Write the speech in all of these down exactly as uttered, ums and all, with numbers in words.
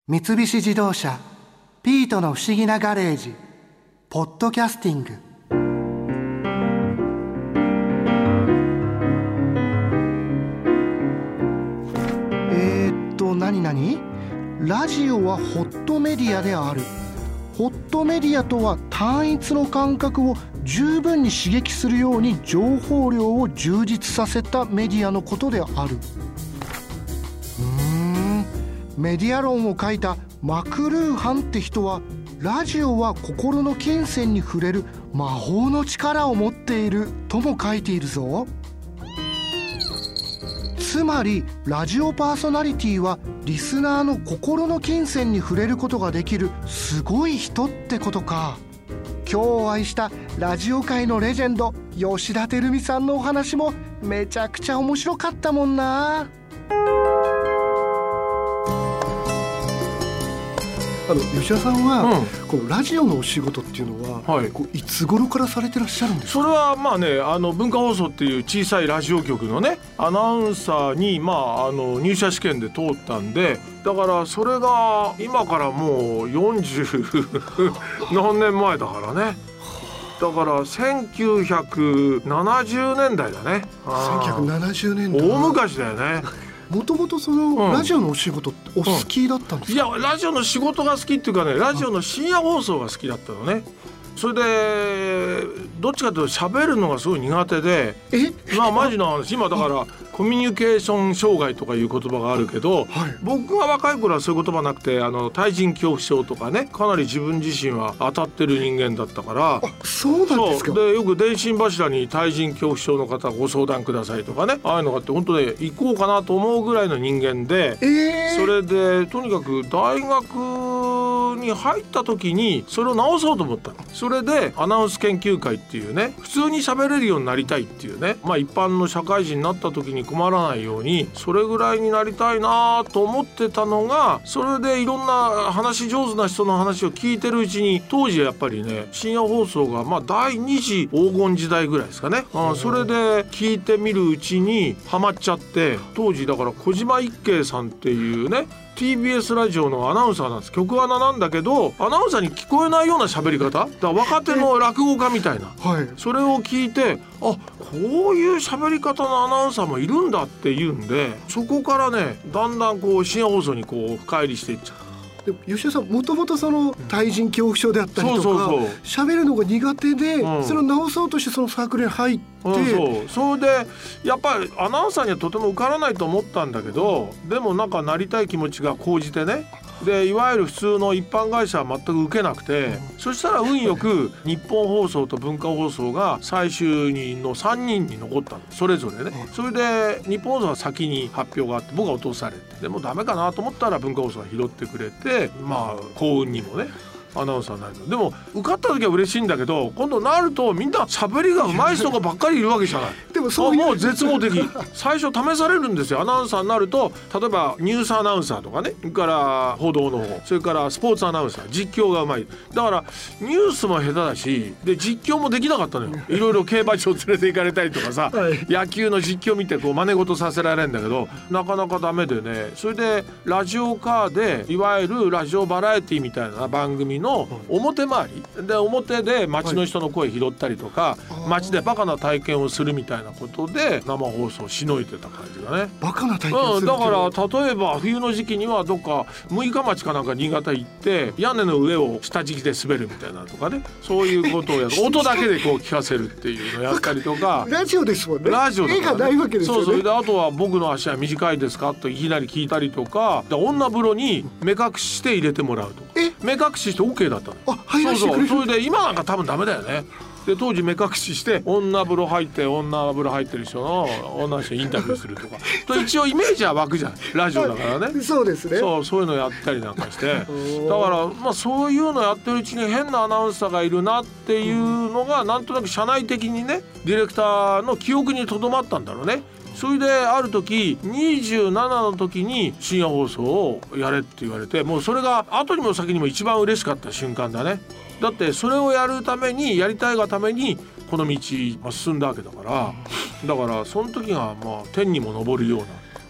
三菱自動車ピートの不思議なガレージポッドキャスティング。えーっと何々ラジオはホットメディアである。ホットメディアとは単一の感覚を十分に刺激するように情報量を充実させたメディアのことである。うーんメディア論を書いたマクルーハンって人は、ラジオは心の金銭に触れる魔法の力を持っているとも書いているぞ。つまりラジオパーソナリティはリスナーの心の金銭に触れることができるすごい人ってことか。今日お会いしたラジオ界のレジェンド吉田照美さんのお話もめちゃくちゃ面白かったもんな。あの吉田さんは、うん、このラジオのお仕事っていうのは、はい、こういつ頃からされてらっしゃるんですか？ それはまあね、あの文化放送っていう小さいラジオ局のねアナウンサーに、まあ、あの入社試験で通ったんで、だからそれが今からもうよんじゅう何年前だからね。だからせんきゅうひゃくななじゅうねんだいだね。 せんきゅうひゃくななじゅうねんだい、 大昔だよね。 もともとその、うん、ラジオのお仕事ってお好きだったんですか？ うん、いやラジオの仕事が好きっていうかね、ラジオの深夜放送が好きだったのね。それでどっちかというと喋るのがすごい苦手で、 えまあマジな話、今だからコミュニケーション障害とかいう言葉があるけど、はい、僕が若い頃はそういう言葉なくて、あの対人恐怖症とかね、かなり自分自身は当たってる人間だったから。 あ、そうなんですか。 そうでよく電信柱に対人恐怖症の方ご相談くださいとかね、ああいうのがあって本当ね行こうかなと思うぐらいの人間で、 えー、 それでとにかく大学に入った時にそれを直そうと思ったの。それでアナウンス研究会っていうね、普通に喋れるようになりたいっていうね、まあ一般の社会人になった時に困らないようにそれぐらいになりたいなと思ってたのが、それでいろんな話し上手な人の話を聞いてるうちに、当時やっぱりね深夜放送がまあ第二次黄金時代ぐらいですかね。あそれで聞いてみるうちにハマっちゃって、当時だから小島一慶さんっていうねティービーエス ラジオのアナウンサーなんです。局アナなんだけどアナウンサーに聞こえないような喋り方だから若手の落語家みたいな、はい、それを聞いて、あこういう喋り方のアナウンサーもいるんだっていうんで、そこからねだんだんこう深夜放送にこう深入りしていっちゃう。 で吉田さんもともとその対人恐怖症であったりとか喋るのが苦手で、うん、それを直そうとしてそのサークルに入って、 うん、そうそれでやっぱりアナウンサーにはとても受からないと思ったんだけど、でもなんかなりたい気持ちが高じてね、でいわゆる普通の一般会社は全く受けなくて、うん、そしたら運よく日本放送と文化放送が最終人のさんにんに残ったの、それぞれね、うん、それで日本放送は先に発表があって僕は落とされて、でもダメかなと思ったら文化放送が拾ってくれて、まあ幸運にもねアナウンサーになる。でも受かった時は嬉しいんだけど、今度なるとみんな喋りが上手い人がばっかりいるわけじゃない。 でもそういうもう絶望的最初試されるんですよ。アナウンサーになると、例えばニュースアナウンサーとかね、それから報道の方、それからスポーツアナウンサー、実況が上手い。だからニュースも下手だし、で実況もできなかったのよ。いろいろ競馬場連れて行かれたりとかさ、はい、野球の実況見てこう真似事させられるんだけど、なかなかダメでね、それでラジオカーでいわゆるラジオバラエティみたいな番組の表回りで、表で街の人の声拾ったりとか、はい、街でバカな体験をするみたいなことで生放送をしのいでた感じだね。 バカな体験する、うん、 だから例えば冬の時期にはどっか六日町かなんか新潟行って屋根の上を下敷きで滑るみたいなとかね、そういうことをやる音だけでこう聞かせるっていうのをやったりとかラジオですもんね。 ラジオだから、ね、 絵がないわけですよね。 そうそう。であとは僕の足は短いですかといきなり聞いたりとか、で女風呂に目隠しして入れてもらうとか、え目隠しして OK だったの。 あ入らせてくれる。 そうそう。それで今なんか多分ダメだよね。で当時目隠しして女風呂入って女風呂入ってる人の女の人にインタビューするとかと一応イメージは湧くじゃん、ラジオだからね。 そうですね。 そうそういうのやったりなんかしてだからまあそういうのやってるうちに変なアナウンサーがいるなっていうのがなんとなく社内的にねディレクターの記憶にとどまったんだろうね。それである時にじゅうななの時に深夜放送をやれって言われて、もうそれが後にも先にも一番嬉しかった瞬間だね。だってそれをやるためにやりたいがためにこの道進んだわけだから、だからその時がまあ天にも昇るような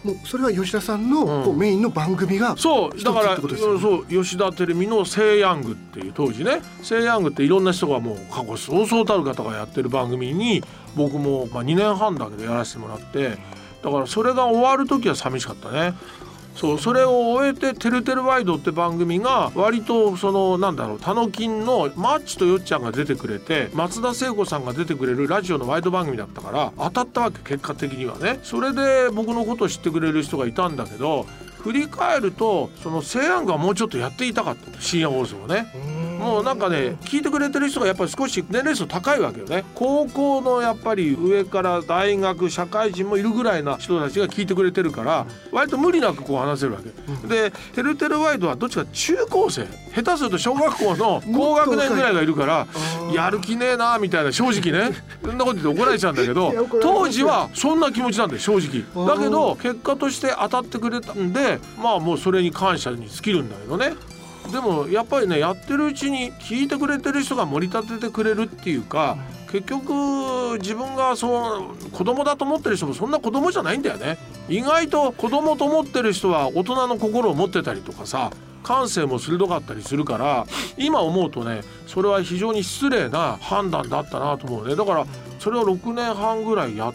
もうそれは吉田さんのこうメインの番組がそうだから一つってことですよね。 そう吉田テレビのセイヤングっていう当時ね、セイヤングっていろんな人がもう過去そうそうたる方がやってる番組に僕もまあにねんはんだけどやらせてもらって、だからそれが終わる時は寂しかったね。そうそれを終えててるてるワイドって番組が割とそのなんだろうタノキンのマッチとよっちゃんが出てくれて松田聖子さんが出てくれるラジオのワイド番組だったから当たったわけ、結果的にはね。それで僕のことを知ってくれる人がいたんだけど、振り返るとそのセイヤングはもうちょっとやっていたかった、深夜放送をね。もうなんかね聞いてくれてる人がやっぱり少し年齢層高いわけよね。高校のやっぱり上から大学社会人もいるぐらいな人たちが聞いてくれてるから割と無理なくこう話せるわけ、うん、でてるてるワイドはどっちか中高生、下手すると小学校の高学年ぐらいがいるからやる気ねえなみたいな、正直ねそんなこと言って怒られちゃうんだけど当時はそんな気持ちなんだよ正直。だけど結果として当たってくれたんでまあもうそれに感謝に尽きるんだけどね。でもやっぱりねやってるうちに聞いてくれてる人が盛り立ててくれるっていうか、結局自分がそう子供だと思ってる人もそんな子供じゃないんだよね。意外と子供と思ってる人は大人の心を持ってたりとかさ、感性も鋭かったりするから、今思うとねそれは非常に失礼な判断だったなと思うね。だからそれをろくねんはんぐらいやって、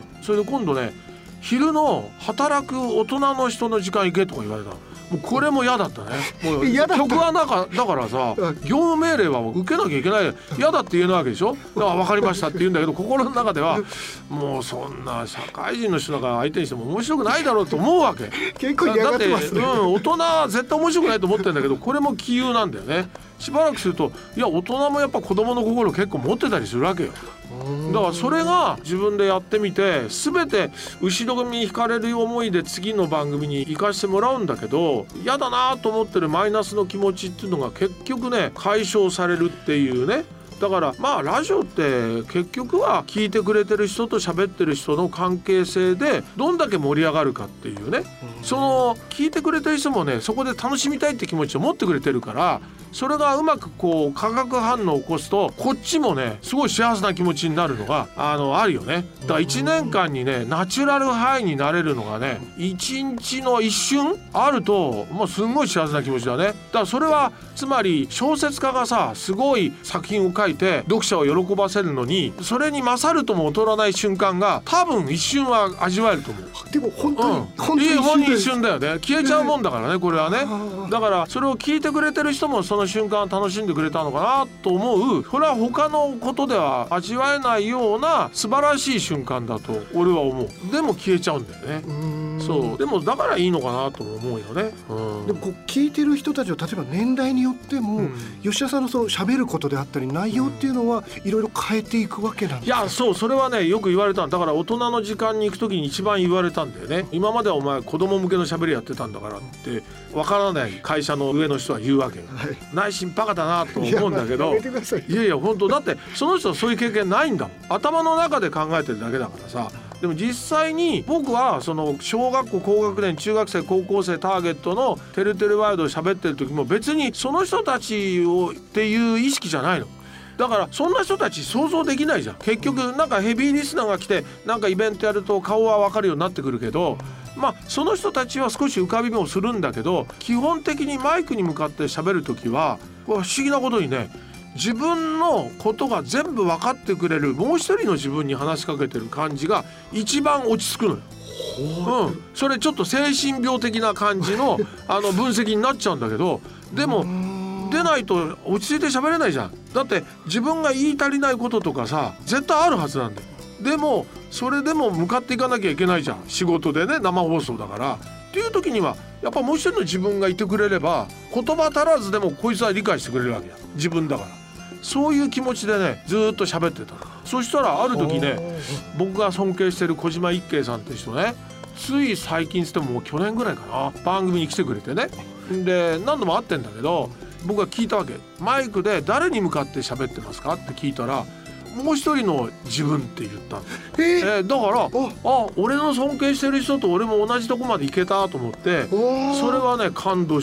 それで今度ね昼の働く大人の人の時間行けとか言われたの。もうこれも嫌だったね。もう曲はなんかだからさ業務命令は受けなきゃいけない、嫌だって言えないわけでしょ。だから分かりましたって言うんだけど心の中ではもうそんな社会人の人だから相手にしても面白くないだろうと思うわけ。 結構嫌がってますね。 だって、うん、大人は絶対面白くないと思ってるんだけどこれも杞憂なんだよね。しばらくするといや大人もやっぱ子供の心結構持ってたりするわけよ。だからそれが自分でやってみて全て後ろに引かれる思いで次の番組に行かしてもらうんだけど、嫌だなと思ってるマイナスの気持ちっていうのが結局ね解消されるっていうね。だからまあラジオって結局は聞いてくれてる人と喋ってる人の関係性でどんだけ盛り上がるかっていうね、その聞いてくれてる人もねそこで楽しみたいって気持ちを持ってくれてるから、それがうまくこう化学反応を起こすとこっちもねすごい幸せな気持ちになるのがあのあるよね。だからいちねんかんにねナチュラルハイになれるのがねいちにちの一瞬あるともうすんごい幸せな気持ちだね。だからそれはつまり小説家がさすごい作品を書いて読者を喜ばせるのにそれに勝るとも劣らない瞬間が多分一瞬は味わえると思う。 でも本当に、うん、 本当に一瞬, 一瞬だよね。消えちゃうもんだからねこれはね。だからそれを聞いてくれてる人もその瞬間楽しんでくれたのかなと思う。これは他のことでは味わえないような素晴らしい瞬間だと俺は思う。でも消えちゃうんだよね。うーんそうでもだからいいのかなと思うよね。うんでもこう聞いてる人たちは例えば年代によっても、うん、吉田さんのそう喋ることであったり内容っていうのはいろいろ変えていくわけなんですか。 いやそうそれはねよく言われたんだから、大人の時間に行く時に一番言われたんだよね。今まではお前子供向けの喋りやってたんだからってわからない会社の上の人は言うわけよ、はい、内心バカだなと思うんだけど い, いやいや本当だってその人はそういう経験ないんだもん。頭の中で考えてるだけだからさ。でも実際に僕はその小学校高学年中学生高校生ターゲットのてるてるワイドで喋ってる時も別にその人たちをっていう意識じゃないの。だからそんな人たち想像できないじゃん。結局なんかヘビーリスナーが来てなんかイベントやると顔は分かるようになってくるけど、まあその人たちは少し浮かびもするんだけど、基本的にマイクに向かって喋る時は不思議なことにね自分のことが全部分かってくれるもう一人の自分に話しかけてる感じが一番落ち着くのよ。うん、それちょっと精神病的な感じのあの分析になっちゃうんだけど、でも出ないと落ち着いて喋れないじゃん。だって自分が言い足りないこととかさ絶対あるはずなんだよ。でもそれでも向かっていかなきゃいけないじゃん。仕事でね生放送だからっていう時にはやっぱもう一人の自分がいてくれれば言葉足らずでもこいつは理解してくれるわけや。自分だからそういう気持ちでねずっと喋ってた。そしたらある時ね僕が尊敬してる小島一慶さんって人ね、つい最近つってももう去年ぐらいかな番組に来てくれてね、で何度も会ってんだけど僕が聞いたわけ。マイクで誰に向かって喋ってますかって聞いたらもう一人の自分って言ったんだ。えー、だからあ俺の尊敬してる人と俺も同じとこまで行けたと思ってそれはね感動した。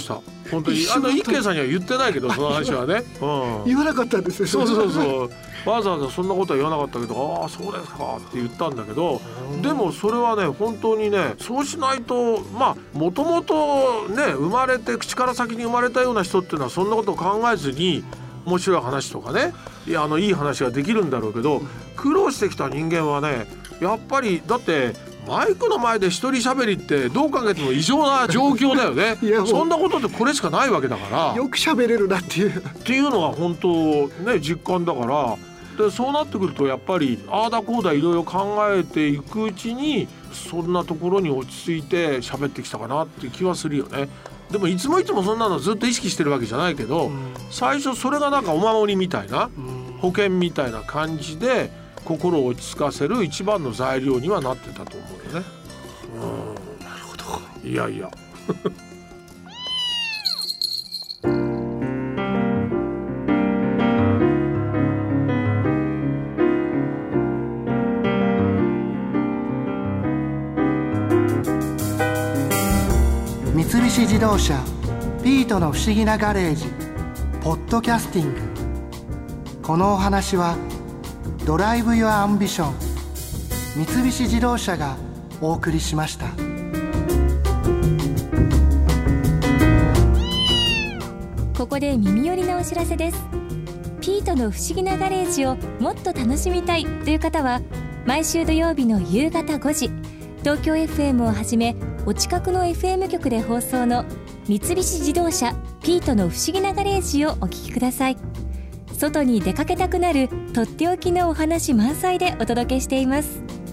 本当にあの一慶さんには言ってないけどその話はね、 うん、言わなかったんですよ。 そうそうそうわざわざそんなことは言わなかったけど、ああそうですかって言ったんだけど、でもそれはね本当にねそうしないと、まあもともとね生まれて口から先に生まれたような人っていうのはそんなことを考えずに面白い話とかね、いやあのいい話ができるんだろうけど、苦労してきた人間はねやっぱりだってマイクの前で一人喋りってどう考えても異常な状況だよねそんなことってこれしかないわけだからよく喋れるなっていうっていうのが本当ね実感だから、でそうなってくるとやっぱりああだこうだいろいろ考えていくうちにそんなところに落ち着いて喋ってきたかなっていう気はするよね。でもいつもいつもそんなのずっと意識してるわけじゃないけど、うん、最初それがなんかお守りみたいな、うん、保険みたいな感じで心を落ち着かせる一番の材料にはなってたと思うよね。 うん、なるほど。 いやいや三菱自動車ピートの不思議なガレージポッドキャスティング。このお話はドライブ・ユア・アンビション三菱自動車がお送りしました。 ここで耳寄りなお知らせです。ピートの不思議なガレージをもっと楽しみたいという方は毎週土曜日の夕方ごじ東京 エフエム をはじめお近くの エフエム 局で放送の三菱自動車ピートの不思議なガレージをお聞きください。外に出かけたくなるとっておきのお話満載でお届けしています。